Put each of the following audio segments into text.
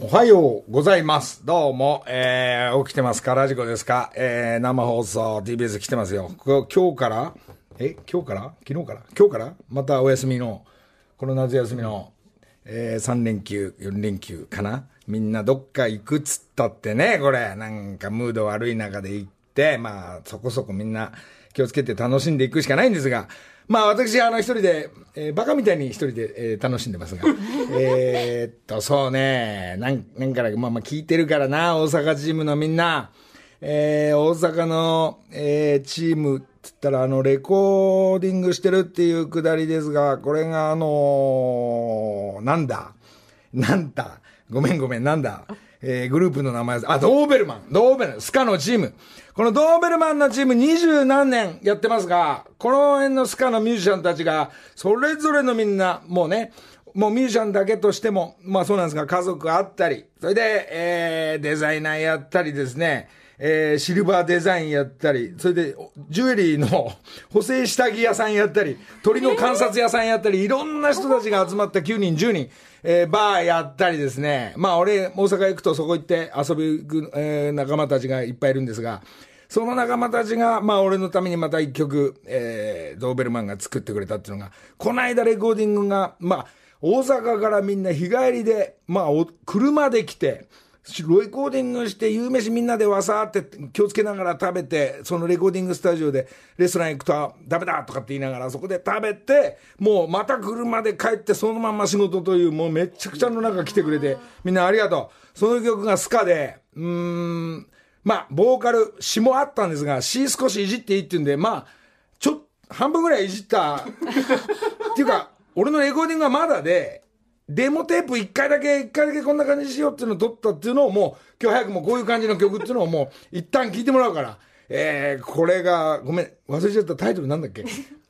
はようございます。どうも、起きてますか？ラジコですか？生放送 TBS 来てますよ。今日から昨日からまたお休みの、この夏休みの、3連休、4連休かな。みんなどっか行くっつったってね、これ、なんかムード悪い中で行って、まあ、そこそこみんな気をつけて楽しんでいくしかないんですが、まあ私一人で、バカみたいに一人で、楽しんでますが。そうね、なんから、まあ聞いてるからな、大阪チームのみんな。大阪の、チームって言ったらレコーディングしてるっていうくだりですが、これがなんだ、ごめん、なんだ。グループの名前です。ドーベルマン、スカのチーム。このドーベルマンのチーム20何年やってますが、この辺のスカのミュージシャンたちが、それぞれのみんな、もうミュージシャンだけとしても、まあそうなんですが、家族あったり、それで、デザイナーやったりですね、シルバーデザインやったり、それで、ジュエリーの補正下着屋さんやったり、鳥の観察屋さんやったり、いろんな人たちが集まった9人、10人、バーやったりですね。まあ俺、大阪行くとそこ行って遊び行く、仲間たちがいっぱいいるんですが、その仲間たちが、まあ俺のためにまた一曲、ドーベルマンが作ってくれたっていうのが、この間レコーディングが、まあ、大阪からみんな日帰りで、まあ、車で来て、レコーディングして夕飯みんなでわさーって気をつけながら食べて、そのレコーディングスタジオでレストラン行くとダメだとかって言いながらそこで食べて、もうまた車で帰ってそのまま仕事という、もうめちゃくちゃの中来てくれて、みんなありがとう。その曲がスカで、まあボーカル詞もあったんですが、詞少しいじっていいって言うんで、まあ半分ぐらいいじったっていうか、俺のレコーディングはまだで、デモテープ一回だけこんな感じにしようっていうのを撮ったっていうのをもう、今日早くもこういう感じの曲っていうのをもう、一旦聞いてもらうから、これが、ごめん、忘れちゃったタイトルなんだっけ？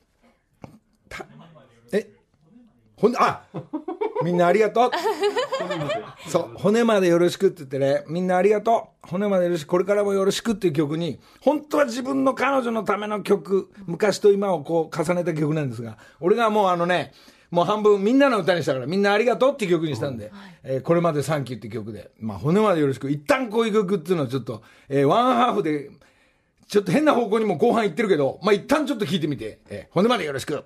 みんなありがとう。そう、骨までよろしくって言ってね、みんなありがとう。骨までよろしく、これからもよろしくっていう曲に、本当は自分の彼女のための曲、昔と今をこう重ねた曲なんですが、俺がもうもう半分みんなの歌にしたから、みんなありがとうっていう曲にしたんで、これまでサンキューっていう曲で、まあ骨までよろしく、一旦こういう曲っていうのをちょっと、ワンハーフで、ちょっと変な方向にも後半行ってるけど、まあ一旦ちょっと聞いてみて、骨までよろしく。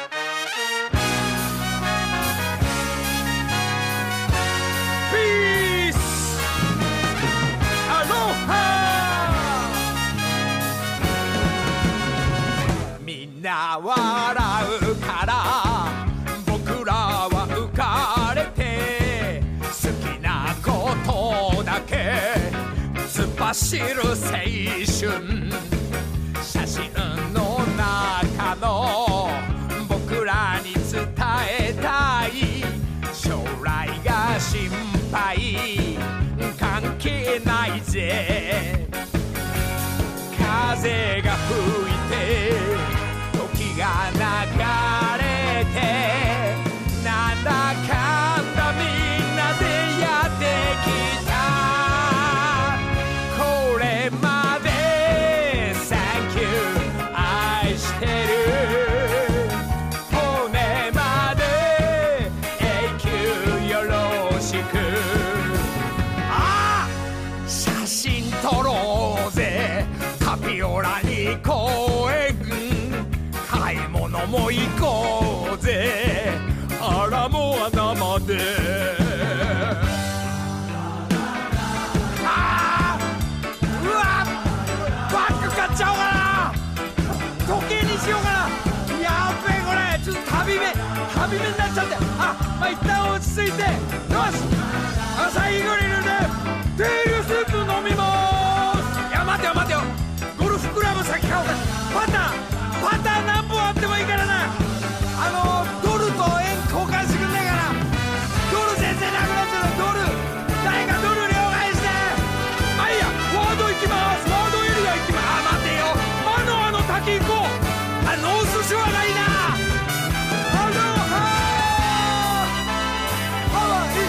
みんな笑うから僕らは浮かれて好きなことだけ突っ走る青春写真の中の僕らに伝えたい将来が心配関係ないぜ風が吹いて時が流れてなんだかんだみんなでやってきたこれまで Thank you 愛してる骨まで永久よろしく写真撮ろうぜタピオラに公園買い物も行こうぜあらもう生でうわバッグ買っちゃおうかな時計にしようかなやっべえこれちょっと旅目になっちゃってまあ一旦落ち着いてよし朝日グリルでテールスープ飲みますいや待てよゴルフクラブ先買おうかパター何本あってもいいからなドルと円交換してくんねえかなドル全然なくなっちゃうドル誰かドル両替してまあいいやワード行きますワードエリア行きます待てよ滝行こうノースショアがいいなハワイ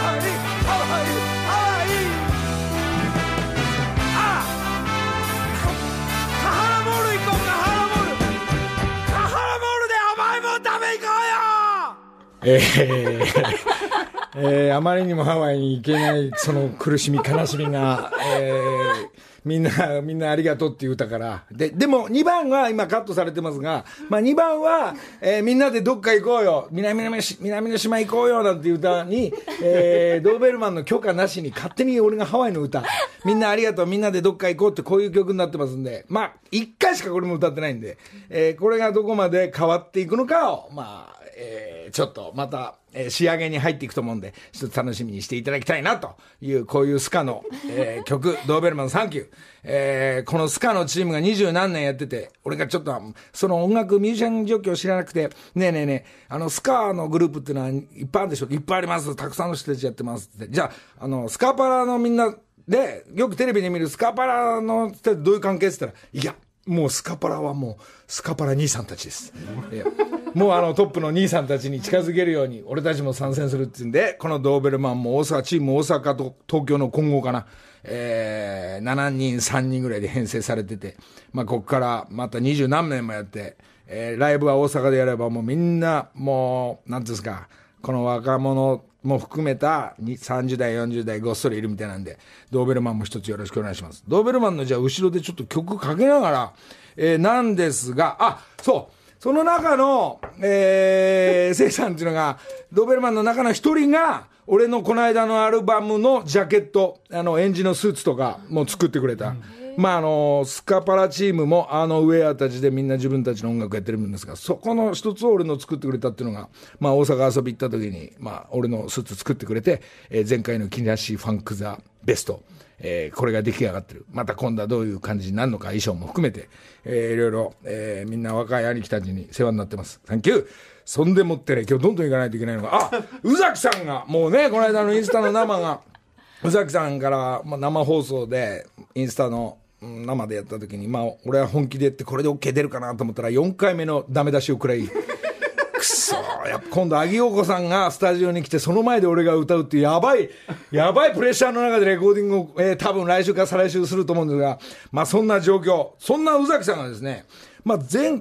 カハラモール行こうカハラモールで甘いもん食べ行こうよあまりにもハワイに行けないその苦しみ悲しみが、みんなありがとうっていう歌から。でも2番は今カットされてますが、まあ2番は、みんなでどっか行こうよ、南の島行こうよなんていう歌に、ドーベルマンの許可なしに勝手に俺がハワイの歌、みんなありがとう、みんなでどっか行こうってこういう曲になってますんで、まあ1回しかこれも歌ってないんで、これがどこまで変わっていくのかを、まあ、ちょっとまた、仕上げに入っていくと思うんで、一つ楽しみにしていただきたいなという、こういうスカの、曲、ドーベルマンサンキュー。このスカのチームが20何年やってて、俺がちょっと、その音楽、ミュージシャン状況を知らなくて、ねえ、スカのグループっていうのはいっぱいあるでしょ。いっぱいあります。たくさんの人たちやってますって。じゃあ、スカパラのみんなで、よくテレビで見るスカパラの人ってどういう関係って言ったら、いや、もうスカパラはもうスカパラ兄さんたちです。もうトップの兄さんたちに近づけるように俺たちも参戦するっていうんで、このドーベルマンもチーム大阪と東京の混合かな、7人3人ぐらいで編成されてて、まあここからまた20何年もやって、ライブは大阪でやればもうみんなもうなんていうんですか、この若者も含めた30代40代ごっそりいるみたいなんで、ドーベルマンも一つよろしくお願いします。ドーベルマンのじゃあ後ろでちょっと曲かけながら、なんですが、その中の、せいさんっていうのが、ドーベルマンの中の一人が、俺のこの間のアルバムのジャケット、エンジのスーツとかも作ってくれた。まあスカパラチームもウェアたちでみんな自分たちの音楽やってるんですが、そこの一つを俺の作ってくれたっていうのが、まあ大阪遊び行った時に、まあ俺のスーツ作ってくれて、前回の木梨ファンクザベスト、これが出来上がってる。また今度はどういう感じになるのか、衣装も含めて、いろいろ、みんな若い兄貴たちに世話になってます。サンキュー。そんでもってね、今日どんどん行かないといけないのが、宇崎さんが、もうね、この間のインスタの生が、宇崎さんから、まあ、生放送で、インスタの生でやった時に、まあ、俺は本気でやって、これで OK 出るかなと思ったら、4回目のダメ出しを食らい、くそー、やっぱ今度、アギヨコさんがスタジオに来て、その前で俺が歌うっていう、やばいプレッシャーの中でレコーディングを、多分来週か再来週すると思うんですが、まあ、そんな状況、そんな宇崎さんがですね、まあ、昨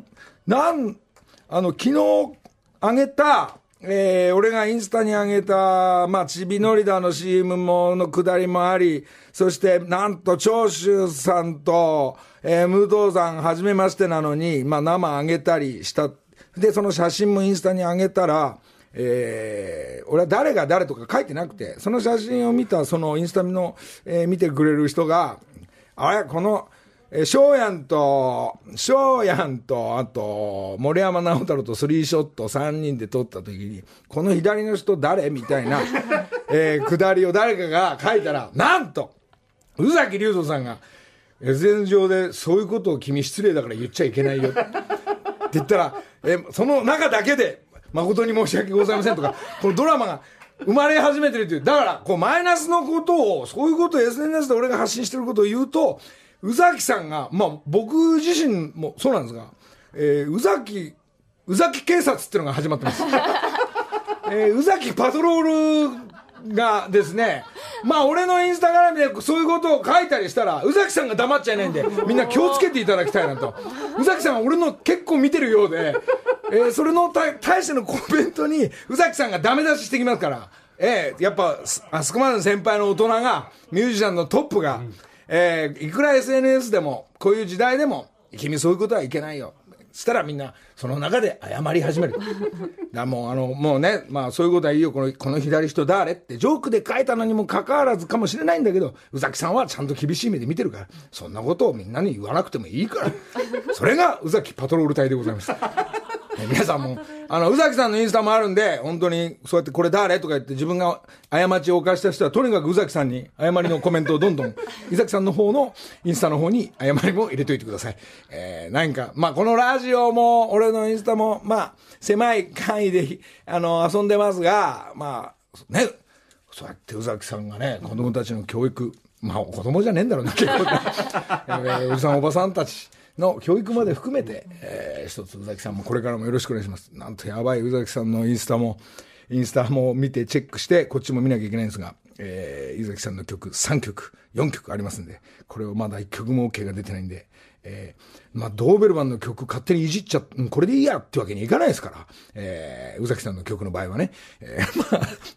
日、上げた、俺がインスタに上げた、まあ、ちびのりだの CM の下りもあり、そして、なんと、長州さんと、武藤さん、はじめましてなのに、まあ、生上げたりした。で、その写真もインスタに上げたら、俺は誰が誰とか書いてなくて、その写真を見た、そのインスタの、見てくれる人が、この、翔やんと、あと、森山直太朗とスリーショット3人で撮った時に、この左の人誰みたいな、下りを誰かが書いたら、なんと、宇崎竜斗さんが、SNS 上でそういうことを君失礼だから言っちゃいけないよ。って言ったら、その中だけで、誠に申し訳ございませんとか、このドラマが生まれ始めてるっていう。だから、こう、マイナスのことを、そういうことを SNS で俺が発信してることを言うと、宇崎さんが、まあ僕自身もそうなんですが、宇崎警察っていうのが始まってます。宇崎パトロールがですね、まあ俺のインスタグラムでそういうことを書いたりしたら、宇崎さんが黙っちゃいないんで、みんな気をつけていただきたいなと。宇崎さんは俺の結構見てるようで、それの対してのコメントに、宇崎さんがダメ出ししてきますから、やっぱ、あそこまでの先輩の大人が、ミュージシャンのトップが、いくら SNS でもこういう時代でも君そういうことはいけないよ。したらみんなその中で謝り始める。だもうね、まあそういうことはいいよ、この左人誰ってジョークで書いたのにもかかわらずかもしれないんだけど、宇崎さんはちゃんと厳しい目で見てるから、そんなことをみんなに言わなくてもいいから。それが宇崎パトロール隊でございます。皆さんも宇崎さんのインスタもあるんで、本当にそうやってこれ誰とか言って自分が過ちを犯した人はとにかく宇崎さんに謝りのコメントをどんどん宇崎さんの方のインスタの方に謝りも入れといてください。何かまあこのラジオも俺のインスタもまあ狭い範囲で遊んでますが、まあね、そうやって宇崎さんがね、子供たちの教育、まあ子供じゃねえんだろうな、結構おじさんおばさんたちの教育まで含めて、一つ宇崎さんもこれからもよろしくお願いします。なんとやばい宇崎さんのインスタも見てチェックしてこっちも見なきゃいけないんですが、宇崎さんの曲3曲4曲ありますんで、これをまだ1曲も OK が出てないんで、まあドーベルマンの曲勝手にいじっちゃこれでいいやってわけにいかないですから、宇崎さんの曲の場合はね、まあ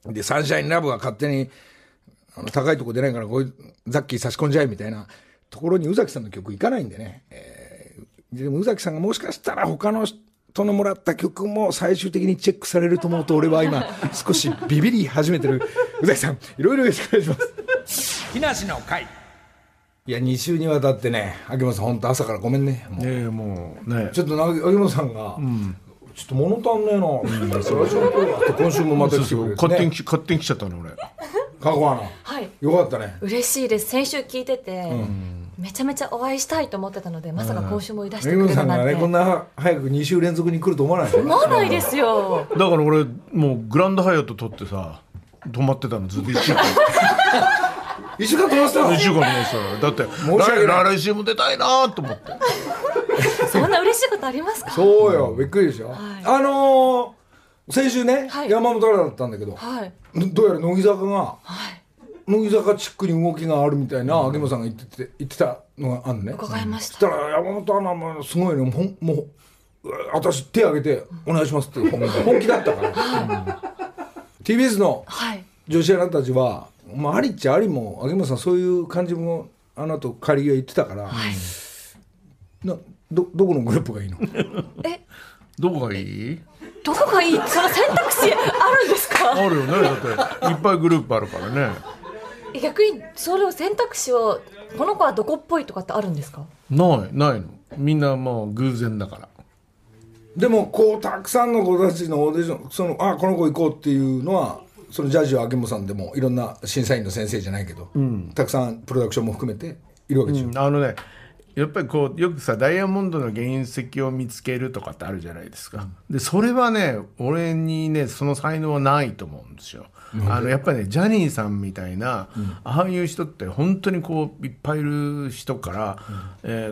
で、サンシャインラブが勝手に、高いとこ出ないから、こういうザッキー差し込んじゃえみたいなところに宇崎さんの曲行かないんでね。でも宇崎さんがもしかしたら他の人のもらった曲も最終的にチェックされると思うと、俺は今少しビビり始めてる。宇崎さん、いろいろよろしくお願いします。 木梨の会。 いや、2週にわたってね、秋元さん本当朝からごめんね。 もうね。 ちょっと秋元さんが、ちょっと物足んねえな。それはちょっと今週もまた来てくれて、ね。 勝手に来ちゃったの俺。 かこはな。 はい。 よかったね。 嬉しいです。先週聞いてて、めちゃめちゃお会いしたいと思ってたので、まさか今週もいらしてくれるなんて。 秋元さんがね、こんな早く2週連続に来ると思わないでしょ。 思わないですよ。 だから俺もうグランドハイアット取ってさ、泊まってたのずっと1週間。 1週間飛ばしたの 1週間飛ばしただって来週も出たいなと思って。 そんな嬉しいことありますか？ そうよ、びっくりでしょ。先週ね、山本からだったんだけど、どうやら乃木坂が、乃木坂チックに動きがあるみたいな秋元さんが言ってたのがあるのね。 伺いました。 そしたら山本アナもすごいね、もう私手挙げてお願いしますって本気だったから。TBS の女子アナたちは、ありっちゃありも秋元さんそういう感じもあの後仮が言ってたから、どこのグループがいいの？ どこがいい？ どこがいい？その選択肢あるんですか？ あるよね。だっていっぱいグループあるからね。 逆にそれを選択肢をこの子はどこっぽいとかってあるんですか？ ないの。みんなもう偶然だから。 でもこうたくさんの子たちのオーディション、この子行こうっていうのはそのジャッジは秋元さんでもいろんな審査員の先生じゃないけど、たくさんプロダクションも含めているわけでしょ。 やっぱりこうよくさダイヤモンドの原石を見つけるとかってあるじゃないですか。でそれはね俺にねその才能はないと思うんですよ。やっぱりねジャニーさんみたいな、ああいう人って本当にこういっぱいいる人から、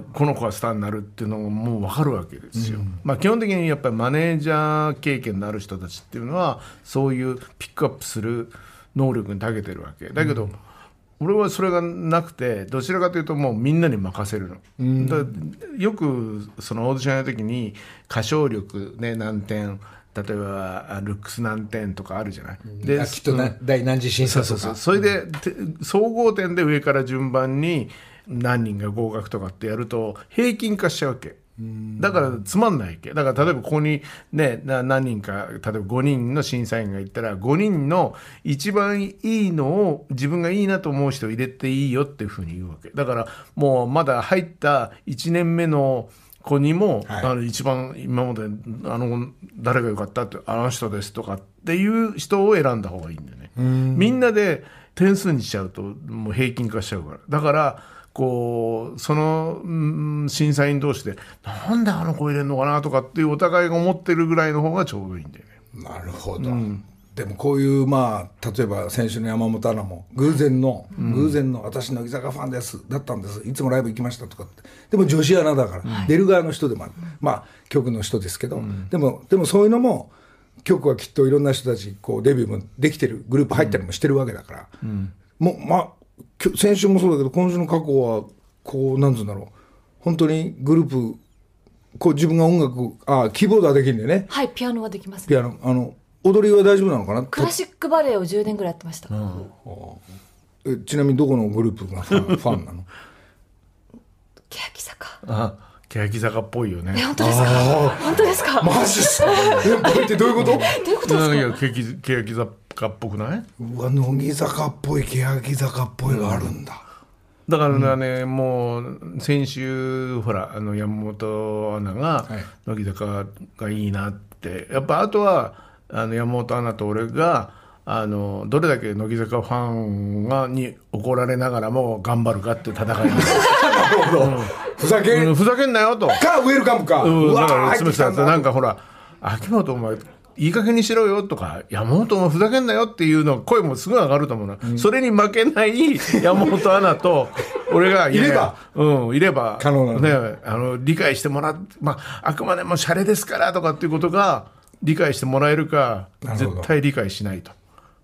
この子はスターになるっていうのがもう分かるわけですよ。基本的にやっぱりマネージャー経験のある人たちっていうのはそういうピックアップする能力に長けてるわけだけど、俺はそれがなくてどちらかというともうみんなに任せるの、だよくそのオーディションやる時に歌唱力ね何点例えばルックス何点とかあるじゃない、 できっと第何次審査とかそれで総合点で上から順番に何人が合格とかってやると平均化しちゃうわけだからつまんないわけだから例えばここにね何人か例えば5人の審査員がいたら5人の一番いいのを自分がいいなと思う人を入れていいよっていうふうに言うわけだからもうまだ入った1年目の子にも、一番今まで誰が良かったってあの人ですとかっていう人を選んだ方がいいんだよね。みんなで点数にしちゃうともう平均化しちゃうからだからこうその、審査員同士でなんであの子入れるのかなとかっていうお互いが思ってるぐらいの方がちょうどいいんだよね。 なるほど、でもこういう例えば先週の山本アナも偶然の私乃木坂ファンですだったんですいつもライブ行きましたとかってでも女子アナだから、出る側の人でもある、局の人ですけど、でもそういうのも局はきっといろんな人たちこうデビューもできてるグループ入ったりもしてるわけだから、もう先週もそうだけど今週の過去はこうなんつうんだろう本当にグループこう自分が音楽キーボードはできるんだよね。 はい、ピアノはできます、ね、 ピアノ踊りは大丈夫なのかな。 クラシックバレエを10年ぐらいやってました、 ちなみにどこのグループがファンなの？ 欅坂。 欅坂っぽいよね。 本当ですか？本当ですか？ マジっすか？ってどういうこと？ どういうことですか？ いや欅坂っぽくない？ 乃木坂っぽい欅坂っぽいがあるんだ、 だからね、もう先週ほら山本アナが乃木坂がいいなってやっぱあとは山本アナと俺がどれだけ乃木坂ファンに怒られながらも頑張るかっていう戦いなるほど、ふざけんなよとウェルカムか、 だから詰めてたってなんかほら秋元お前いい加減にしろよとか山本お前ふざけんなよっていうの声もすごい上がると思うな、それに負けない山本アナと俺がいれば可能なの、 ね、理解してもらう、あくまでもシャレですからとかっていうことが理解してもらえるか絶対理解しないと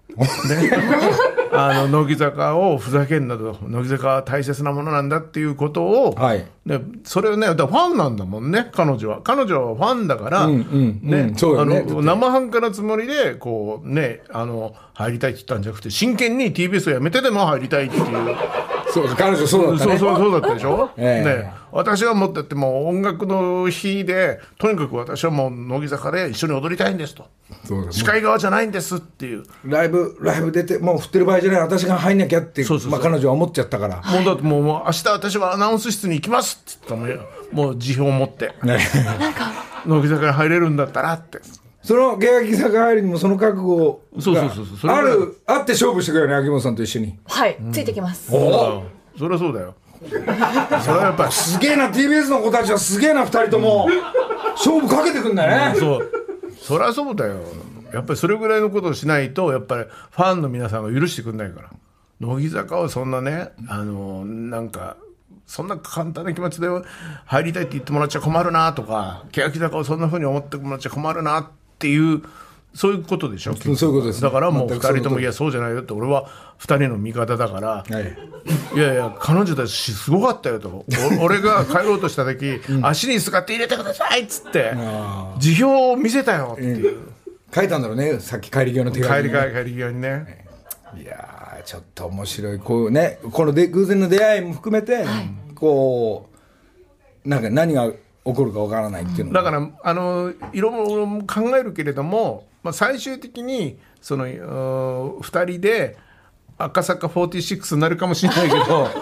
乃木坂をふざけんなと、乃木坂は大切なものなんだっていうことを、 はいね、それをね、だからファンなんだもんね、彼女はファンだから、 そうよね。 生半可なつもりでこうね、入りたいって言ったんじゃなくて、真剣に TBS をやめてでも入りたいっていう。 そう彼女そうだったね。 そうだったでしょ、 ね、 私はもうだってもう音楽の日でとにかく私はもう乃木坂で一緒に踊りたいんですと、司会側じゃないんですっていう、 ライブ出てもう振ってる場合じゃない、私が入んなきゃって彼女は思っちゃったから、 もうだってもう明日私はアナウンス室に行きますって言ったのもう辞表を持って、 なんか乃木坂に入れるんだったらって、その欅坂入りにもその覚悟があって勝負してくれるね、秋元さんと一緒に。 はい、ついてきます。 そりゃそうだよ。それはやっぱすげえな、 TBS の子たちはすげえな、2人とも勝負かけてくんだね。 そりゃそうだよ。やっぱりそれぐらいのことをしないとやっぱりファンの皆さんが許してくんないから。乃木坂をそんなね、なんかそんな簡単な気持ちで入りたいって言ってもらっちゃ困るなとか、欅坂をそんな風に思ってもらっちゃ困るなっていう、そういうことでしょ。 そういうことです。 だからもう2人ともいやそうじゃないよって、俺は2人の味方だから、いやいや彼女たちすごかったよと俺が帰ろうとした時、足にすがって入れてくださいっつって辞表を見せたよっていう、 書いたんだろうね、さっき帰り際の手紙にね。 帰り際にね。 いやちょっと面白い、こうね、この偶然の出会いも含めて、こうなんか何が起こるかわからないっていうのだからいろいろ考えるけれども、最終的にその2人で赤坂46になるかもしれないけどね、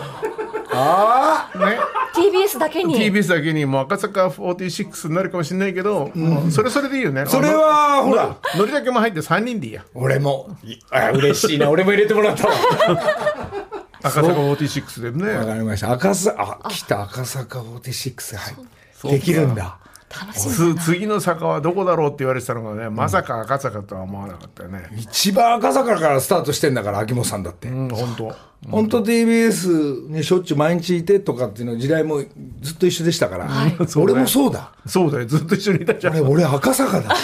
TBS だけにもう赤坂46になるかもしれないけど、それでいいよね。 それはほらノリだけも入って3人でいいや。 俺も嬉しいな、俺も入れてもらったわ赤坂46でね。 わかりました。来た、赤坂46、はい、できるんだ。 次の坂はどこだろうって言われてたのがね、まさか赤坂とは思わなかったよね。 一番赤坂からスタートしてんだから、秋元さんだって。本当 TBS にしょっちゅう毎日いてとかっていうの時代もずっと一緒でしたから、俺もそうだよ、ずっと一緒にいたじゃん。 俺赤坂だ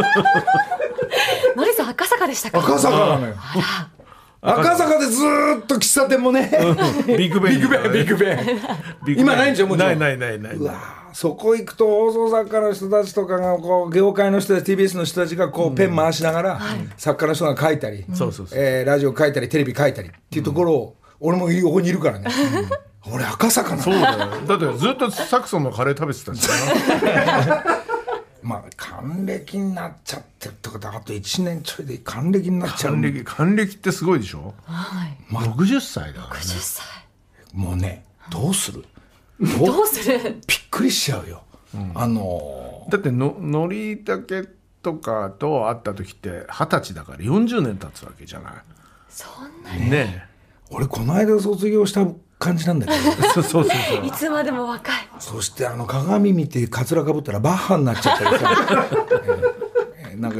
のりさん赤坂でしたか。 赤坂なのよ。赤坂でずーっと喫茶店もね、 ビッグベン今ないんじゃん、もうない。 うわ、そこ行くと放送作家の人たちとかがこう業界の人たち TBS の人たちがこうペン回しながら、作家の人が書いたり、ラジオ書いたりテレビ書いたりっていうところを、俺も横にいるからね、俺赤坂なの。 そうだよ。だってずっとサクソンのカレー食べてたしな還暦になっちゃってるってことはあと1年ちょいで還暦になっちゃう。 還暦ってすごいでしょ。60歳だからね。 60歳もうね、どうするびっくりしちゃうよ。 だってのりたけとかと会った時って20歳だから40年経つわけじゃない。 そんなにね。 俺この間卒業した感じなんだけどそういつまでも若い。 そして鏡見てカツラかぶったらバッハになっちゃったりさなんか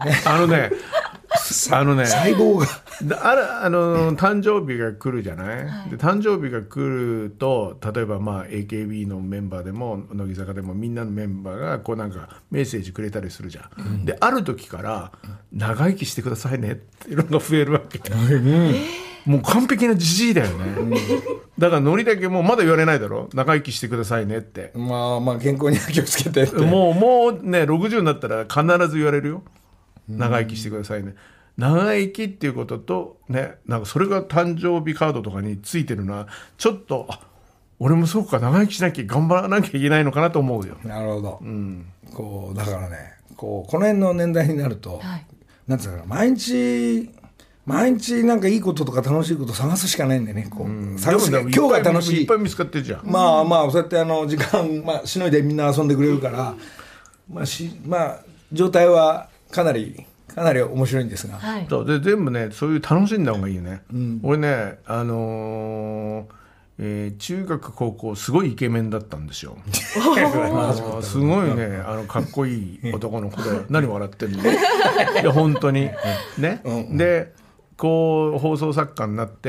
細胞が誕生日が来るじゃない、で誕生日が来ると、例えばAKB のメンバーでも乃木坂でもみんなのメンバーがこうなんかメッセージくれたりするじゃん、である時から長生きしてくださいねっていうのが増えるわけ、もう完璧なじじいだよね、だからノリだけもうまだ言われないだろ、長生きしてくださいねって。 健康には気をつけてってもうね60になったら必ず言われるよ、長生きしてくださいね。長生きっていうこととね、なんかそれが誕生日カードとかについてるのはちょっと俺もそうか、長生きしなきゃ頑張らなきゃいけないのかなと思うよ。 なるほど、こうだからね、この辺の年代になると、なんつうか毎日なんかいいこととか楽しいこと探すしかないんでね、探す。今日が楽しい、 いっぱい見つかってるじゃん。 そうやって時間、しのいでみんな遊んでくれるから、状態はかなり面白いんですが、 そうで全部ね、そういう楽しんだ方がいいよね、俺ね、中学高校すごいイケメンだったんですよすごいね、かっこいい男の子で何笑ってんのいや本当にね、でこう放送作家になって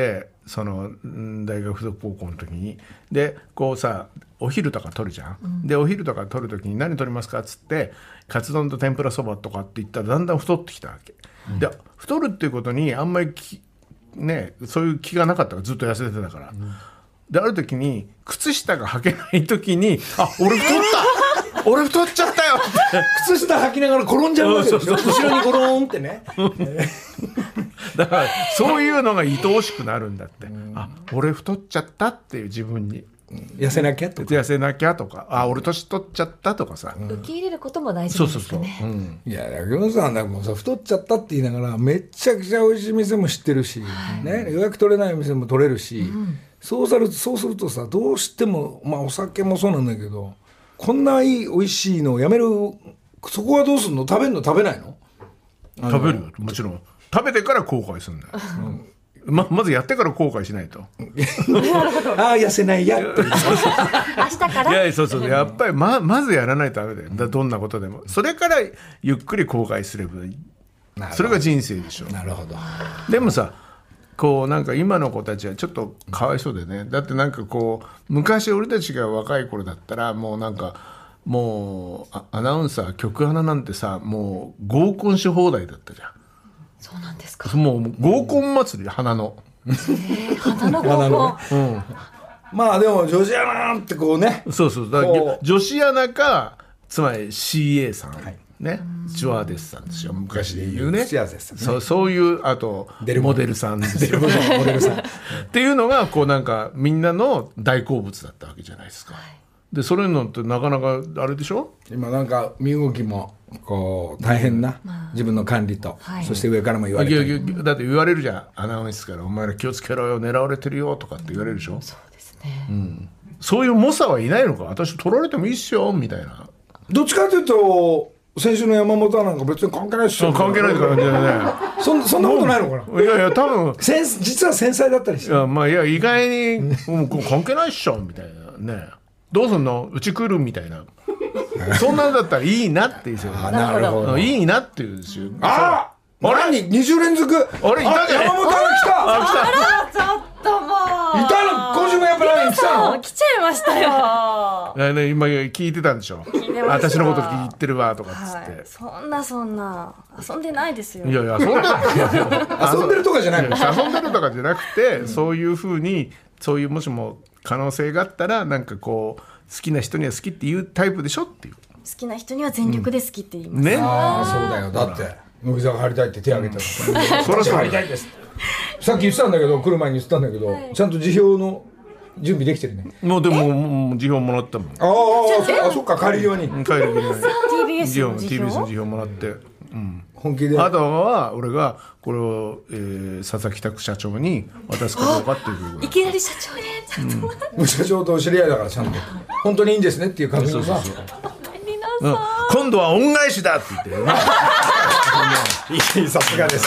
その大学附属高校の時に。でこうさお昼とか取るじゃん、でお昼とか取る時に何取りますかっつってカツ丼と天ぷらそばとかって言ったらだんだん太ってきたわけ、で太るっていうことにあんまりね、そういう気がなかったからずっと痩せてたから、である時に靴下が履けない時に俺太った俺太っちゃったよって靴下履きながら転んじゃうわけでしょ。後ろにゴローンってねだからそういうのが愛おしくなるんだって、俺太っちゃったっていう自分に痩せなきゃとか痩せなきゃとか、俺年取っちゃったとかさ、 受け入れることも大事なんですかね。 いや秋元さんなんかもうさ太っちゃったって言いながらめちゃくちゃ美味しい店も知ってるし、ね、予約取れない店も取れるし、そうするとさどうしても、お酒もそうなんだけどこんないい美味しいのをやめる、そこはどうするの？食べるの食べないの？ 食べるよもちろん。食べてから後悔するんだよ、まずやってから後悔しないと痩せないやって明日からいやそうやっぱり まずやらないとダメだよ。どんなことでもそれからゆっくり後悔すればいい。それが人生でしょ。 なるほど。 でもさこうなんか今の子たちはちょっとかわいそうでね。だってなんかこう昔俺たちが若い頃だったらもうなんかもうアナウンサー局アナなんてさもう合コンし放題だったじゃん。 そうなんですか。 もう合コン祭り花の花の合コン、 まあでも女子アナってこうね、 そうだから女子アナかつまり CA さん、ね、スチュワーデスさんですよ昔で言うね。そういうあとモデルさんですよモデルさんっていうのがこうなんかみんなの大好物だったわけじゃないですか。でそれのってなかなかあれでしょ。 今なんか身動きもこう大変な、自分の管理と、そして上からも言われてだって言われるじゃんアナウンスからお前ら気をつけろよ狙われてるよとかって言われるでしょ。 そうですね、 そういう猛者はいないのか。私取られてもいいっすよみたいな。 どっちかというと先週の山本なんか別に関係ないっしょ。 関係ないって感じだよねそんなことないのかな。 いや多分実は繊細だったりして。 いや意外に関係ないっしょみたいなね。どうすんのうち来るみたいなそんなんだったらいいなって言うんですよ。 なるほど。 いいなって言うんですよ。 あれ2週連続あれいたじゃん。 山本さんが来た。 ちょっともういたの今週もやっぱり来たの。 来ちゃいましたよ今聞いてたんでしょ。私のこと聞いてるわとかっつって、 そんな遊んでないですよ。 いや遊んでるとかじゃないの。 遊んでるとかじゃなくて、そういうふうにそういうもしも可能性があったらなんかこう好きな人には好きっていうタイプでしょっていう。 好きな人には全力で好きって言います、 ね。 そうだよ。だって乃木坂入りたいって手挙げたそりゃそう入りたいですさっき言ってたんだけど来る前に言ってたんだけど、ちゃんと辞表の準備できてるね。 もうでも辞表もらったもん。 そっか帰り際に帰る時に TBS の辞 TBS の表辞表もらって、 本気で。 あとは俺がこれを、佐々木拓社長に渡すかどうかっていう。 いきなり社長にちゃんと、 社長と知り合いだからちゃんと本当にいいんですねっていう確認が。 今度は恩返しだって言ってるね。 いいさすがです。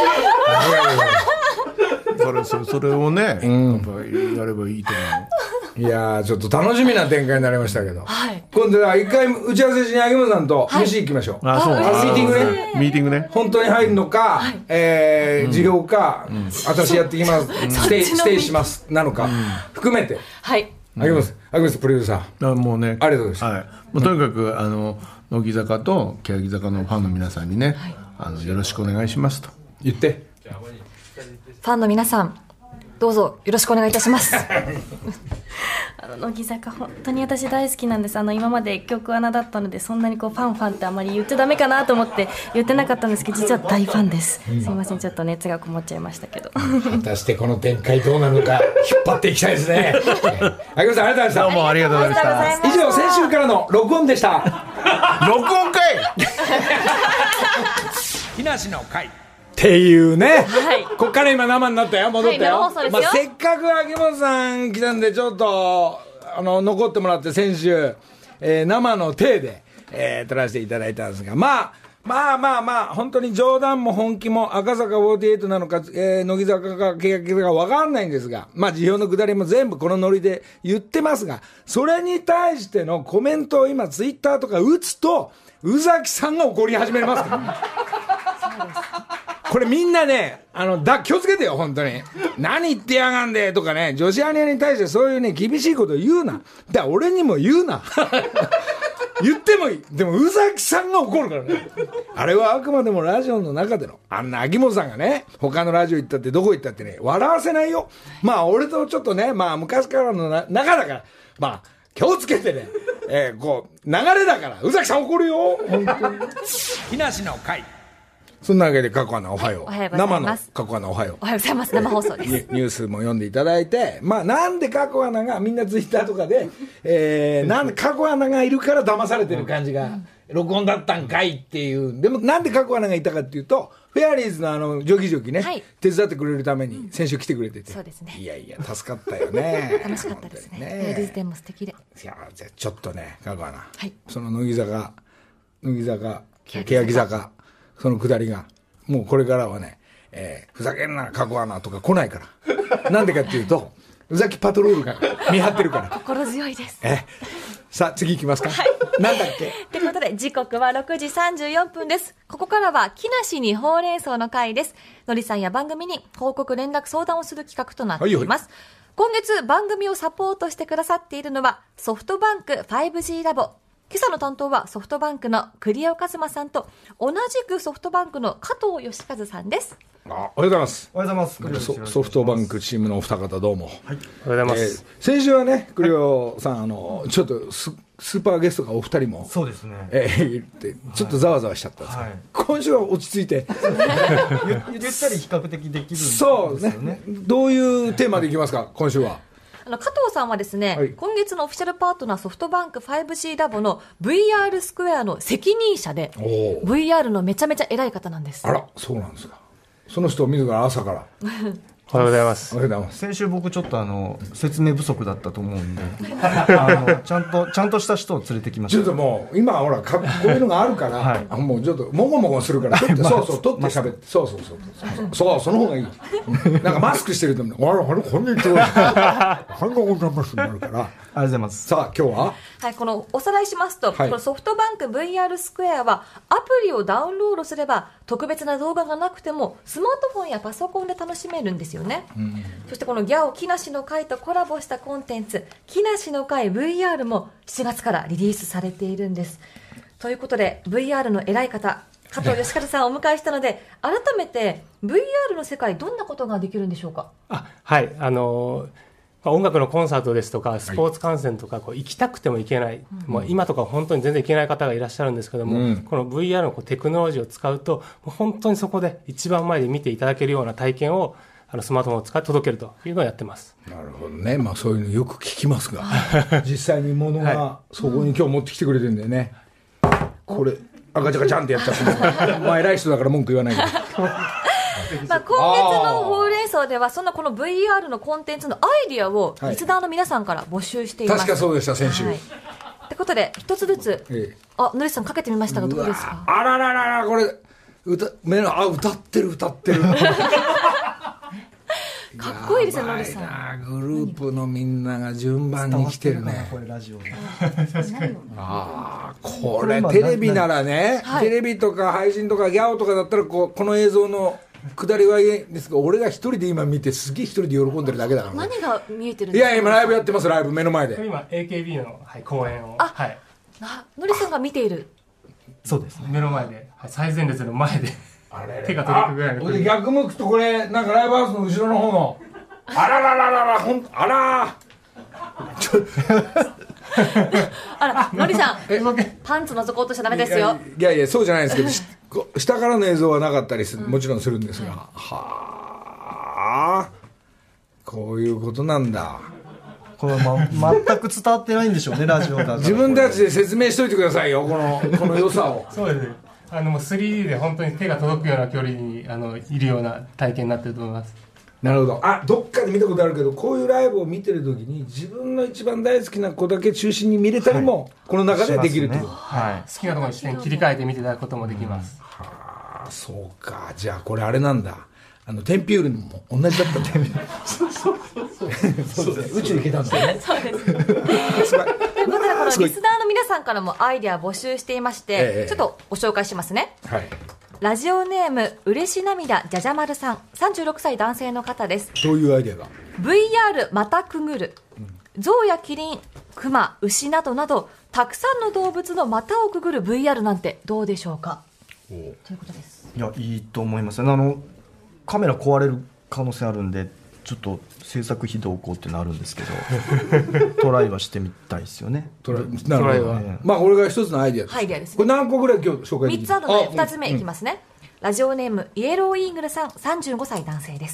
それをね、やっぱやればいいと思う。 いやちょっと楽しみな展開になりましたけど、今度は一回打ち合わせしに秋元さんと飯行きましょう。 そう。 ミーティングね。 ミーティングね。 本当に入るのか、授業か、私やってきます、ステイしますなのか含めて。 はい秋元プロデューサーもうね、 ありがとうございます。もうとにかく乃木坂と欅坂のファンの皆さんにね、よろしくお願いしますと言って。 ファンの皆さんどうぞよろしくお願いいたします乃木坂本当に私大好きなんです。今まで曲穴だったのでそんなにこうファンってあまり言っちゃダメかなと思って言ってなかったんですけど、実は大ファンです、すいませんちょっと熱がこもっちゃいましたけど果たしてこの展開どうなるのか引っ張っていきたいですね。秋元さんありがとうございました。 どうもありがとうございました。 以上先週からの録音でした。 録音会木梨の会っていうね、こっから今生になったよ、戻ったよ、 生放送ですよ。 せっかく秋元さん来たんでちょっと残ってもらって先週、生の体で、撮らせていただいたんですが、まあ本当に冗談も本気も赤坂48なのか、乃木坂か欅坂か分かんないんですが、辞表のくだりも全部このノリで言ってますが、それに対してのコメントを今ツイッターとか打つと宇崎さんが怒り始めますからね。 これみんなね、気をつけてよ、本当に。何言ってやがんでとかね、女子アニに対してそういうね、厳しいこと言うな。だから俺にも言うな。言ってもいい。でも、宇崎さんが怒るからね。あれはあくまでもラジオの中での、あんな秋元さんがね、他のラジオ行ったってどこ行ったってね、笑わせないよ。まあ、俺とちょっとね、まあ、昔からの仲だから、まあ、気をつけてね、こう、流れだから、宇崎さん怒るよ。本当に。木梨の会。そんなわけで、過去アナおはよう。 おはようございます。 生の過去アナおはよう。 おはようございます。生放送です。 ニュースも読んでいただいて、まあなんで過去アナがみんなツイッターとかで、なんで過去アナがいるから騙されてる感じが、録音だったんかいっていう。でもなんで過去アナがいたかっていうと、フェアリーズのジョギジョギね、 はい、 手伝ってくれるために先週来てくれてて。 そうですね。 いやいや、助かったよね。 楽しかったですね。フェアリーズ展も素敵で。 いや、じゃあちょっとね、過去アナ。 はい。 その乃木坂、欅坂、その下りが、もうこれからはね、ふざけんな過去アナとか来ないから。なんでかっていうと、宇崎パトロールが見張ってるから。 心強いです。 さあ、次行きますか。 はい。 なんだっけ。 ということで、時刻は6時34分です。ここからは、木梨にほうれん草の会です。のりさんや番組に報告、連絡、相談をする企画となっています。はい、今月、番組をサポートしてくださっているのは、ソフトバンク 5G ラボ。今朝の担当はソフトバンクの栗尾一馬さんと、同じくソフトバンクの加藤義和さんです。 おはようございます。 おはようございます。 ソフトバンクチームのお二方どうも。はい。 おはようございます。 先週はね、栗尾さん、ちょっとスーパーゲストがお二人も。 そうですね。 ちょっとざわざわしちゃったんですけど、今週は落ち着いて。 ゆったり比較的できるんですよね。 そうね。どういうテーマでいきますか、今週は。 加藤さんはですね、 はい、 今月のオフィシャルパートナーソフトバンク 5G ラボの VR スクエアの責任者で VR のめちゃめちゃ偉い方なんです。 あら、そうなんですか。その人を自ら朝からおはようございます。 おはようございます。 先週僕ちょっと説明不足だったと思うんでちゃんとした人を連れてきました。 ちょっともう今ほらこういうのがあるから、はい、もうちょっともごもごするから取って、そうそう取って喋って、そうその方がいい。なんかマスクしてるとあれこんにちはこんなマスクになるから。 ありがとうございます。 さあ今日ははい、このおさらいしますと、 はい、 このソフトバンク VR スクエアはアプリをダウンロードすれば特別な動画がなくてもスマートフォンやパソコンで楽しめるんですよね。そしてこのギャオ木梨の会とコラボしたコンテンツ木梨の会 VR も7月からリリースされているんです。ということで VR の偉い方加藤義和さんをお迎えしたので改めて VR の世界どんなことができるんでしょうか。 はい、音楽のコンサートですとかスポーツ観戦とかこう行きたくても行けない、もう今とか本当に全然行けない方がいらっしゃるんですけども、この VR のテクノロジーを使うともう本当にそこで一番前で見ていただけるような体験をスマートフォンを使って届けるというのをやってます。 なるほどね、まあ、そういうのよく聞きますが実際に物がそこに今日持ってきてくれてるんだよね、これガチャガチャンってやっちゃってまあ偉い人だから文句言わないけどまあ、今月のほうれん草ではそんなこの VR のコンテンツのアイディアをリスナーの皆さんから募集しています。 確かそうでした先週。 ってことで一つずつ、のりさんかけてみましたがどうですか。 あららららこれ歌ってるかっこいいですねのりさん。 グループのみんなが順番に来てるね。 これラジオでこれテレビならね、テレビとか配信とかギャオとかだったらこの映像の下りはいいですが、俺が一人で今見てすげえ一人で喜んでるだけだから。 何が見えてるんですか。 いや今ライブやってます。ライブ目の前で今 AKB の、公演をのりさんが見ている。 そうですね、 目の前で、最前列の前で手が届くぐらいの。 逆向くとこれなんかライブハウスの後ろの方のあらららららあらあらのりさんパンツ覗こうとしちゃダメですよ。 いやそうじゃないですけど下からの映像はなかったりもちろんするんですが、はあこういうことなんだ。 これ、全く伝わってないんでしょうねラジオだから。 自分たちで説明しといてくださいよこの良さを。 そうですもう 3D で本当に手が届くような距離にいるような体験になってると思います。 なるほど。どっかで見たことあるけどこういうライブを見てる時に自分の一番大好きな子だけ中心に見れたりも、この中でできるという、 好きなところに視点切り替えて見ていただくこともできます。 そうか。じゃあこれあれなんだ、テンピュールも同じだったんだよねそうです。宇宙行けたんだよね。 そうです。ということでこのリスナーの皆さんからもアイデア募集していまして、ちょっとご紹介しますね。 ラジオネーム嬉し涙じゃじゃ丸さん、36歳男性の方です。 どういうアイデアが？ VR またくぐる、象やキリン、クマ、牛などなどたくさんの動物の股をくぐる VR なんてどうでしょうか、ということです。 いや、いいと思いますね。カメラ壊れる可能性あるんで、ちょっと制作費同行ってなるんですけどトライはしてみたいですよね。 なるほど。まあこれが一つのアイデアです。 アイデアですね。 これ何個ぐらい今日紹介できる？ 3つあるので2つ目いきますね。ラジオネームイエローイーグルさん、35歳男性です。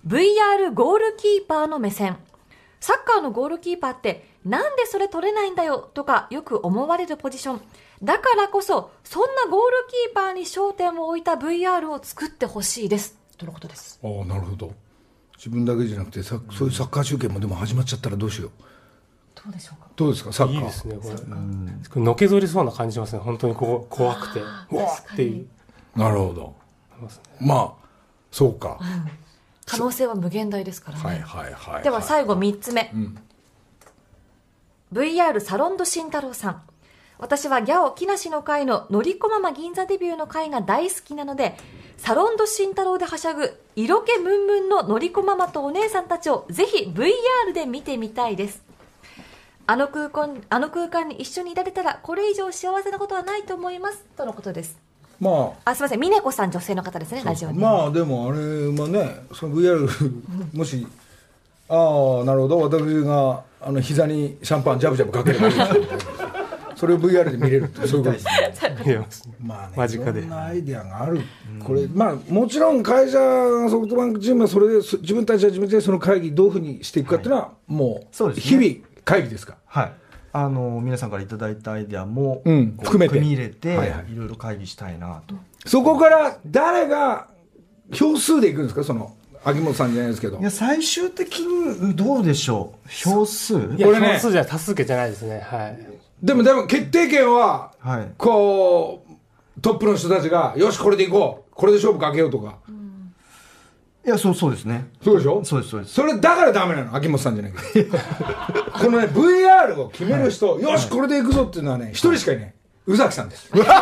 VR ゴールキーパーの目線。サッカーのゴールキーパーってなんでそれ取れないんだよとかよく思われるポジションだからこそ、そんなゴールキーパーに焦点を置いた VR を作ってほしいですとのことです。 ああ、なるほど。自分だけじゃなくてそういうサッカー中継もでも始まっちゃったらどうしよう。 どうでしょうか。 どうですかサッカー。 いいですね、これ。のけぞりそうな感じしますね。本当にこう怖くて、うわーっていう。 なるほど。まあそうか、 可能性は無限大ですからね。 はいはいはい。 では最後3つ目、VR サロンド慎太郎さん。私はギャオ木梨の会ののりこママ銀座デビューの会が大好きなので、サロンド慎太郎ではしゃぐ色気ムンムンののりこママとお姉さんたちをぜひ VR で見てみたいです。あの空間に一緒にいられたらこれ以上幸せなことはないと思いますとのことです。 まあ、 すみません、峰子さん女性の方ですね、ラジオで。 まあでもあれはね、その VR もしなるほど、私が膝にシャンパンジャブジャブかければいいですよそれを VR で見れるってそういうことですね。まあね、 間近でいろんなアイデアがある。これまあもちろん会社ソフトバンクチームはそれで自分たちは自分でその会議どういうふうにしていくかっていうのはもう日々会議ですか。 はい。皆さんからいただいたアイデアも、 含めて組み入れて、いろいろ会議したいなと。 そこから誰が票数でいくんですか、その秋元さんじゃないですけど。 いや、最終的にどうでしょう、票数。 いや、これね、票数じゃ多数決じゃないですね。はい。 でも決定権は、こうトップの人たちがよしこれでいこう、これで勝負かけようとか。 いや、そうですね。 そうでしょ。 そうですそうです。 それだからダメなの、秋元さんじゃないけどこのね VR を決める人、よしこれでいくぞっていうのはね、一人しかいない。宇崎さんですマジっ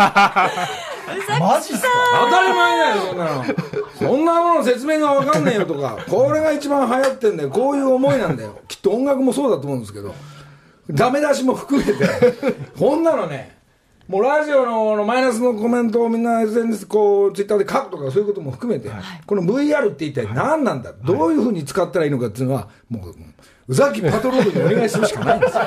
すか。 当たり前だよ、そんなのそんなもの説明が分かんねえよとか、これが一番流行ってんだよ、こういう思いなんだよ。きっと音楽もそうだと思うんですけど、ダメ出しも含めてこんなのね、もうラジオのマイナスのコメントをみんな SNS こうツイッターで書くとかそういうことも含めて、この VR って一体何なんだ、どういうふうに使ったらいいのかっていうのはもう宇崎パトロールにお願いするしかないんですよ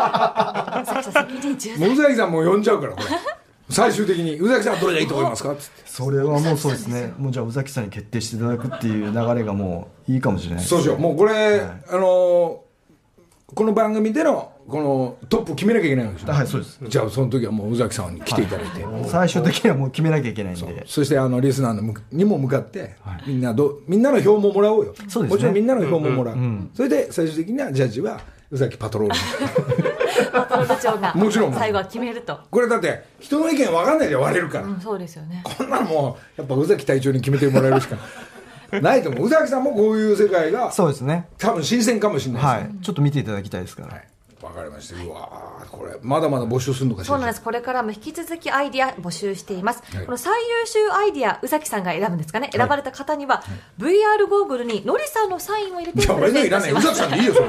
もう宇崎さんもう呼んじゃうから、これ最終的に宇崎さんはどれがいいと思いますかっつって、 それはもうそうですね。もうじゃあ宇崎さんに決定していただくっていう流れがもういいかもしれないですね。 そうしよう。もうこれ、この番組でのこのトップを決めなきゃいけないわけでしょ。 はい、そうです。 じゃあその時はもう宇崎さんに来ていただいて、 最終的にはもう決めなきゃいけないんで、 そしてリスナーにも向かって、みんなの票ももらおうよ。 そうですね。 もちろんみんなの票ももらう。それで最終的にはジャッジは宇崎パトロールパトロール長がもちろん最後は決めると。 これだって人の意見分かんないで割れるから、 そうですよね。 こんなのもうやっぱ宇崎隊長に決めてもらえるしかないと思う。宇崎さんもこういう世界がそうですね、 多分新鮮かもしれないですね。 はい、ちょっと見ていただきたいですから。 はい、わかりました。うわー、これまだまだ募集するのかしら。 そうなんです。これからも引き続きアイディア募集しています。この最優秀アイディア、宇崎さんが選ぶんですかね。選ばれた方には、VR ゴーグルにのりさんのサインを入れてプレゼントします。 宇崎さんでいいよそれ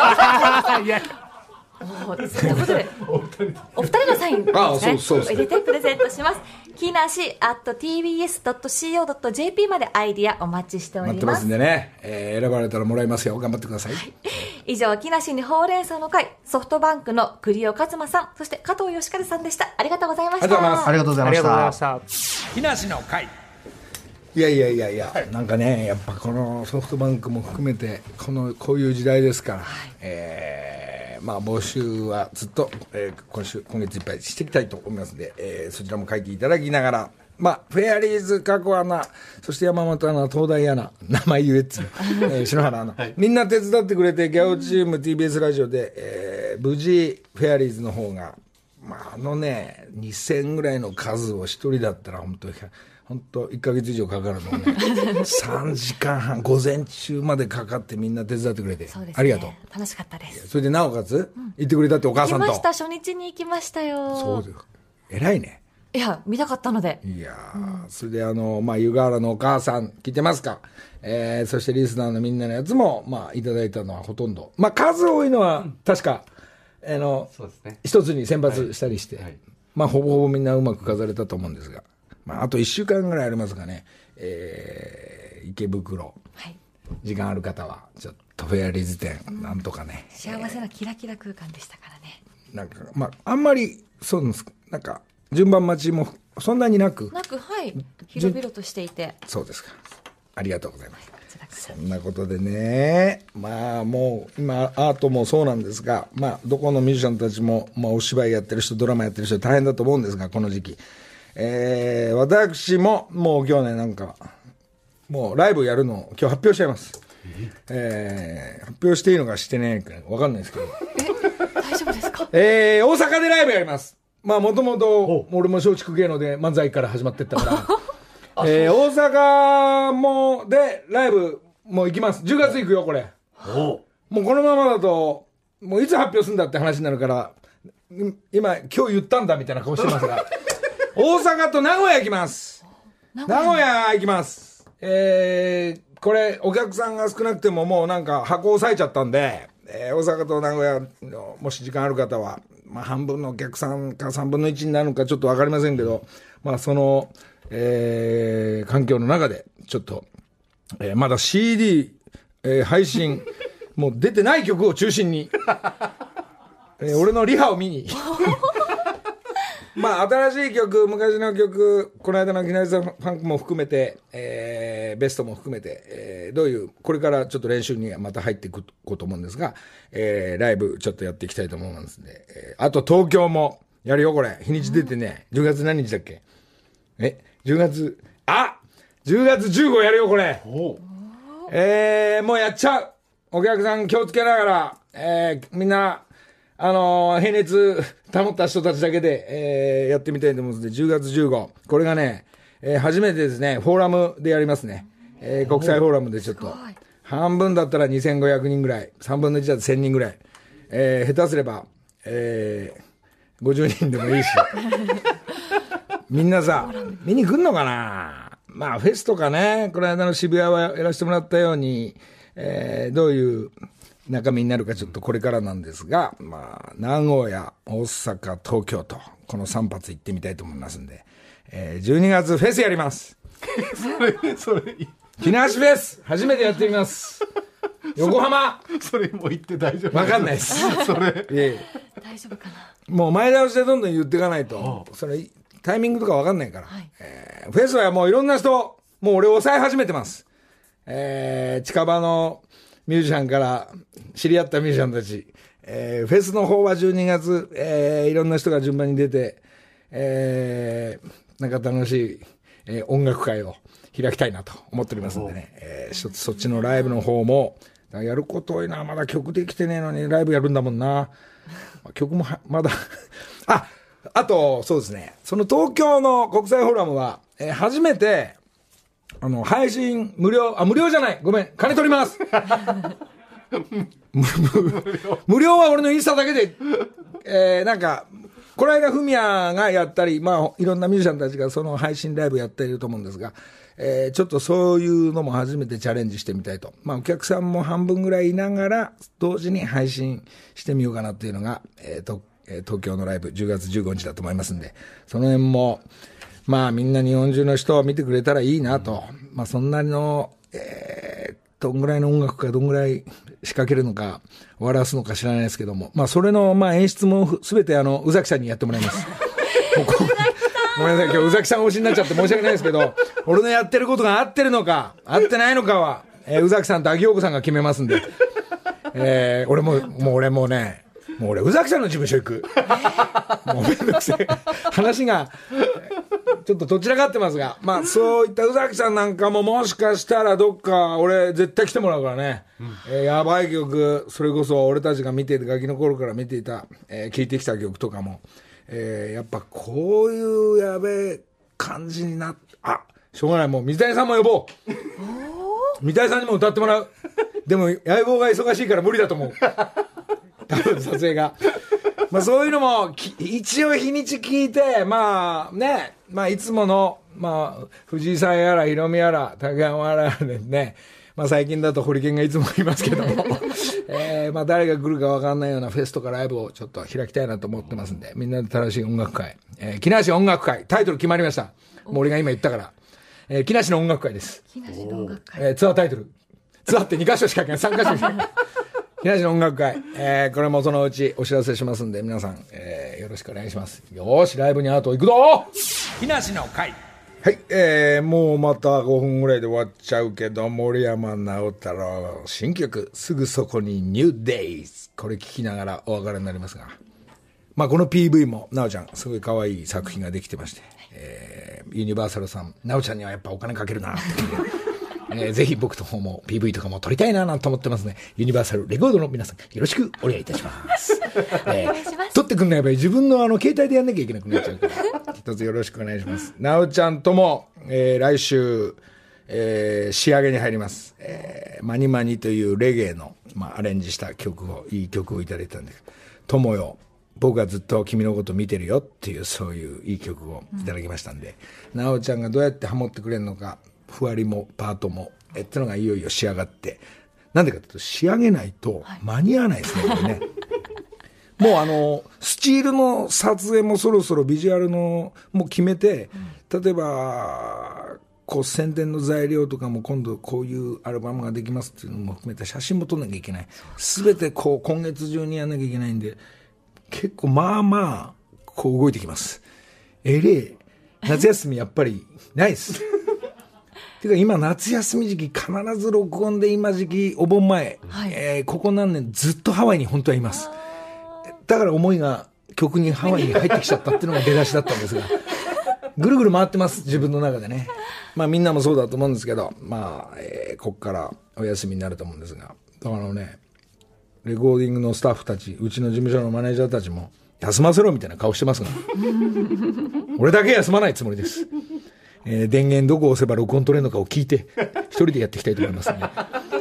ということで、お二人のサインですね、入れてプレゼントします。木梨@tbs.co.jp までアイディアお待ちしております。 待ってますんでね、選ばれたらもらいますよ。頑張ってください。 以上、木梨にほうれん草の会、ソフトバンクの栗尾一馬さん、そして加藤義和さんでした。ありがとうございました。 ありがとうございました。 木梨の会。いや、なんかね、やっぱこのソフトバンクも含めてこういう時代ですから、まあ募集はずっと、今月いっぱいしていきたいと思いますので、そちらも書いていただきながら、まあ、フェアリーズ過去アナ、そして山本アナ、東大アナ、名前言えっつうの、篠原アナ、みんな手伝ってくれて、ギャオチーム TBS ラジオで、無事フェアリーズの方が、まあ、2000ぐらいの数を一人だったら本当1ヶ月以上かかるのをね3時間半午前中までかかってみんな手伝ってくれて、 そうですね、 ありがとう。 楽しかったです。 それでなおかつ、行ってくれたってお母さんと行きました。初日に行きましたよ。 そうです。偉いね。 いや、見たかったので。 いやー、それで湯河原のお母さん、聞いてますか？そしてリスナーのみんなのやつも、いただいたのはほとんど。数多いのは、確か、 そうですね。 一つに選抜したりして、ほぼほぼみんなうまく飾れたと思うんですが、あと1週間ぐらいありますかね、池袋、時間ある方は、ちょっとフェアリーズ店、なんとかね。 幸せなキラキラ空間でしたからね。 なんか、あんまり、そうです。なんか、順番待ちもそんなになく。 はい。広々としていて。 そうですか。ありがとうございます。そんなことでね、もう、今、アートもそうなんですが、どこのミュージシャンたちも、お芝居やってる人、ドラマやってる人、大変だと思うんですが、この時期。私も、もう今日ね、なんか、もうライブやるのを今日発表しちゃいます。発表していいのかしてねえかわかんないですけど。 大丈夫ですか？ 大阪でライブやります。もともと、俺も松竹芸能で漫才から始まってったから、大阪もでライブもう行きます。10月行くよ、これ。もうこのままだと、もういつ発表するんだって話になるから、今日言ったんだみたいな顔してますが、大阪と名古屋行きます。名古屋行きます。これ、お客さんが少なくてももうなんか箱押さえちゃったんで、大阪と名古屋の、もし時間ある方は、半分のお客さんか3分の1になるのかちょっとわかりませんけど、その、環境の中で、ちょっと、まだ CD、配信、もう出てない曲を中心に、俺のリハを見に、新しい曲、昔の曲、この間の木梨さんファンクも含めて、ベストも含めて、どういう、これからちょっと練習にまた入っていこうと思うんですが、ライブちょっとやっていきたいと思いますんで、あと東京もやるよ、これ。日にち出てね、10月何日だっけ？10月15やるよ、これ。もうやっちゃう。お客さん気をつけながら、みんな、平熱保った人たちだけで、やってみたいと思うんですので、10月15。これがね、初めてですね、フォーラムでやりますね。国際フォーラムでちょっと。半分だったら2500人ぐらい。3分の1だと1000人ぐらい。下手すれば、50人でもいいし。みんなさ、見に来んのかな？フェスとかね、この間の渋谷はやらせてもらったように、どういう中身になるかちょっとこれからなんですが、名古屋、大阪、東京と、この3発行ってみたいと思いますんで、12月フェスやります。 それ、 木梨フェス、初めてやってみます。横浜。 それも言って大丈夫？ わかんないです。 それ。 大丈夫かな？ もう前倒しでどんどん言っていかないと、それ、タイミングとかわかんないから。フェスはもういろんな人、もう俺抑え始めてます。近場のミュージシャンから知り合ったミュージシャンたち。フェスの方は12月、いろんな人が順番に出て、なんか楽しい、音楽会を開きたいなと思っておりますんでね。一つそっちのライブの方も、やること多いな。まだ曲できてねえのにライブやるんだもんな。曲もまだあと、そうですね。その東京の国際フォーラムは、初めて、配信無料じゃない。ごめん。金取ります。無料は俺のインスタだけで、なんか、この間フミヤがやったり、いろんなミュージシャンたちがその配信ライブやっていると思うんですが、ちょっとそういうのも初めてチャレンジしてみたいと。お客さんも半分ぐらいいながら、同時に配信してみようかなっていうのが、東京のライブ10月15日だと思いますんで、その辺も、みんな日本中の人を見てくれたらいいなと。そんなの、どんぐらいの音楽かどんぐらい仕掛けるのか、笑わすのか知らないですけども、それの、演出もすべて宇崎さんにやってもらいます。ごめんなさい、今日宇崎さん推しになっちゃって申し訳ないですけど、俺のやってることが合ってるのか、合ってないのかは、宇崎さんと秋陽子さんが決めますんで、俺ね、もう俺、宇崎さんの事務所行く。もうめんどくせえ。話が、ちょっとどちらかってますが、そういった宇崎さんなんかももしかしたらどっか、俺絶対来てもらうからね。やばい曲、それこそ俺たちが見ていて、ガキの頃から見ていた、聴いてきた曲とかも、やっぱこういうやべえ感じになって、しょうがない、もう水谷さんも呼ぼう。水谷さんにも歌ってもらう。でも、相棒が忙しいから無理だと思う。多分撮影が。 まあそういうのも一応日にち聞いて、まあね、まあいつもの、まあ藤井さんやらヒロミやら竹山やらでね、まあ最近だとホリケンがいつもいますけども、まあ誰が来るか分かんないようなフェスとかライブをちょっと開きたいなと思ってますんで、みんなで楽しい音楽会、木梨音楽会、タイトル決まりました。もう俺が今言ったから、木梨の音楽会です。 木梨の音楽会。 ツアータイトル。ツアーって2カ所しか行けない、3カ所しか行けない。木梨の音楽会、これもそのうちお知らせしますんで、皆さん、よろしくお願いします。よーし、ライブにあと行くぞ。 木梨の会。 はい、もうまた5分ぐらいで終わっちゃうけど、森山直太朗新曲、すぐそこにニューデイズ、これ聴きながらお別れになりますが、まあこの PV も直ちゃんすごい可愛い作品ができてまして、ユニバーサルさん、直ちゃんにはやっぱお金かけるなってぜひ僕の方も PV とかも撮りたいななんて思ってますね。ユニバーサルレコードの皆さん、よろしくお願いいたします。撮ってくんない場合、自分の携帯でやんなきゃいけなくなっちゃうから、一つよろしくお願いします。なおちゃんとも、来週、仕上げに入ります。マニマニというレゲエの、まあ、アレンジした曲を、いい曲をいただいたんで、ともよ、僕はずっと君のこと見てるよっていう、そういういい曲をいただきましたんで、なおちゃんがどうやってハモってくれるのか、ふわりもパートもってのがいよいよ仕上がって、なんでかというと仕上げないと間に合わないですね、これね。もうスチールの撮影もそろそろビジュアルのもう決めて、例えばこう宣伝の材料とかも今度こういうアルバムができますっていうのも含めて写真も撮んなきゃいけない。すべてこう今月中にやんなきゃいけないんで、結構まあまあこう動いてきます。夏休みやっぱりないです。ていうか今夏休み時期必ず録音で今時期お盆前、ここ何年ずっとハワイに本当はいます。だから思いが曲にハワイに入ってきちゃったっていうのが出だしだったんですが、ぐるぐる回ってます自分の中でね。まあみんなもそうだと思うんですけど、まあ、こっからお休みになると思うんですが、だからね、レコーディングのスタッフたち、うちの事務所のマネージャーたちも休ませろみたいな顔してますが俺だけ休まないつもりです。電源どこを押せば録音取れるのかを聞いて一人でやっていきたいと思いますね。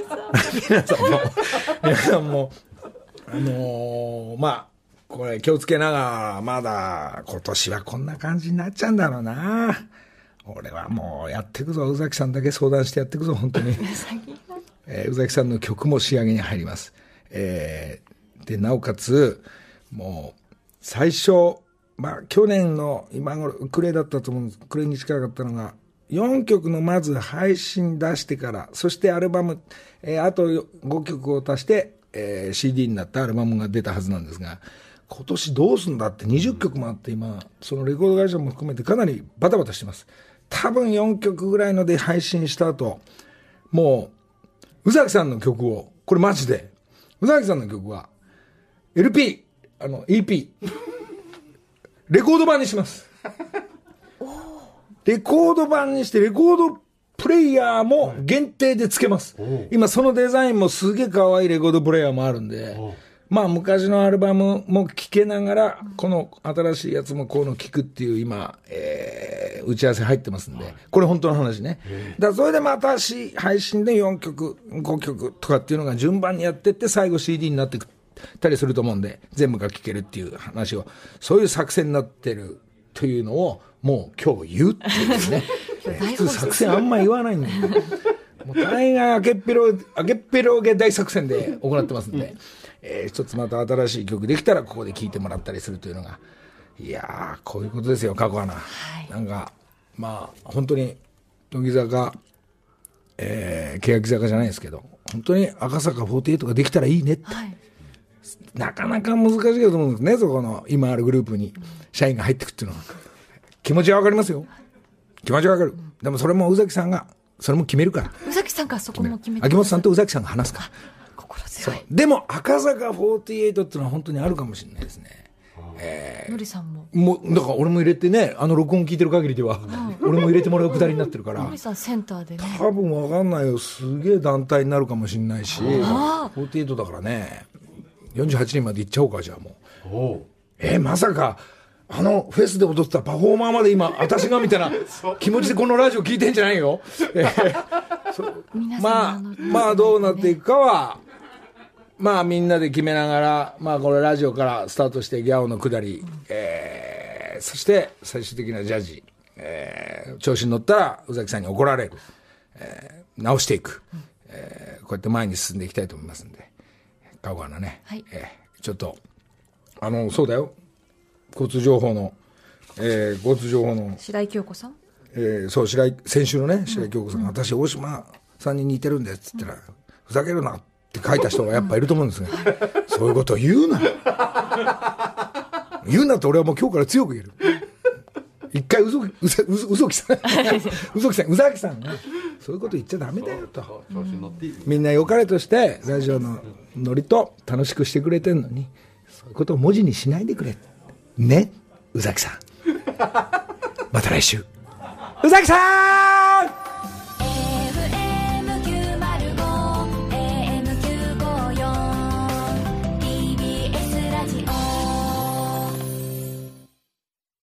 皆さんもまあこれ気をつけながら、まだ今年はこんな感じになっちゃうんだろうな。俺はもうやっていくぞ、宇崎さんだけ相談してやっていくぞ本当に。宇崎さんの曲も仕上げに入ります。でなおかつもう最初、まあ去年の今頃暮れだったと思うんです。暮れに近かったのが4曲のまず配信出してから、そしてアルバム、あと5曲を足して、CD になったアルバムが出たはずなんですが、今年どうすんだって20曲もあって、今そのレコード会社も含めてかなりバタバタしてます。多分4曲ぐらいので配信した後、もう宇崎さんの曲を、これマジで宇崎さんの曲は LP、EP レコード版にします。レコード版にしてレコードプレイヤーも限定でつけます。今そのデザインもすげえ可愛いレコードプレイヤーもあるんで、まあ昔のアルバムも聴けながらこの新しいやつもこうの聴くっていう今、打ち合わせ入ってますんで、これ本当の話ね。だからそれでまた配信で4曲5曲とかっていうのが順番にやってって最後 CD になってくたりすると思うんで、全部が聴けるっていう話を、そういう作戦になってるというのをもう今日言うっていうね。普通作戦あんま言わないんだよ。もう大概明けっぺろげ大作戦で行ってますんで、一つまた新しい曲できたらここで聴いてもらったりするというのが、いやーこういうことですよ、過去はな、なんかまあ本当に乃木坂、欅坂じゃないですけど、本当に赤坂48ができたらいいねって、なかなか難しいと思うんですね。そこの今あるグループに社員が入ってくっていうのは気持ちはわかりますよ。気持ちはわかる。でもそれも宇崎さんがそれも決めるから。 宇崎さんがそこも決めて、 秋元さんと宇崎さんが話すから。 心強い。 でも赤坂48っていうのは本当にあるかもしれないですね。 のりさんもだから俺も入れてね、録音聞いてる限りでは、俺も入れてもらうくだりになってるから、 のりさんセンターでね、 多分わかんないよ、すげえ団体になるかもしれないし、48だからね、48人まで行っちゃおうか、じゃあもう。まさかフェスで踊ってたパフォーマーまで今私がみたいな気持ちでこのラジオ聞いてんじゃないよ。まあどうなっていくかはまあみんなで決めながら、まあこれラジオからスタートしてギャオの下り、そして最終的なジャッジ、調子に乗ったら宇崎さんに怒られる、直していく、こうやって前に進んでいきたいと思いますんで、川原ね、 はい、 ちょっとそうだよ、交通情報の白井京子さん、 そう先週のね白井京子さんが、私大島さんに似てるんですって言ったら、ふざけるなって書いた人がやっぱいると思うんですね、そういうことを言うな言うなと俺はもう今日から強く言える。一回宇崎さんがそういうこと言っちゃダメだよと、みんな良かれとしてラジオのノリと楽しくしてくれてんのに、そういうことを文字にしないでくれね、宇崎さんまた来週宇崎さん。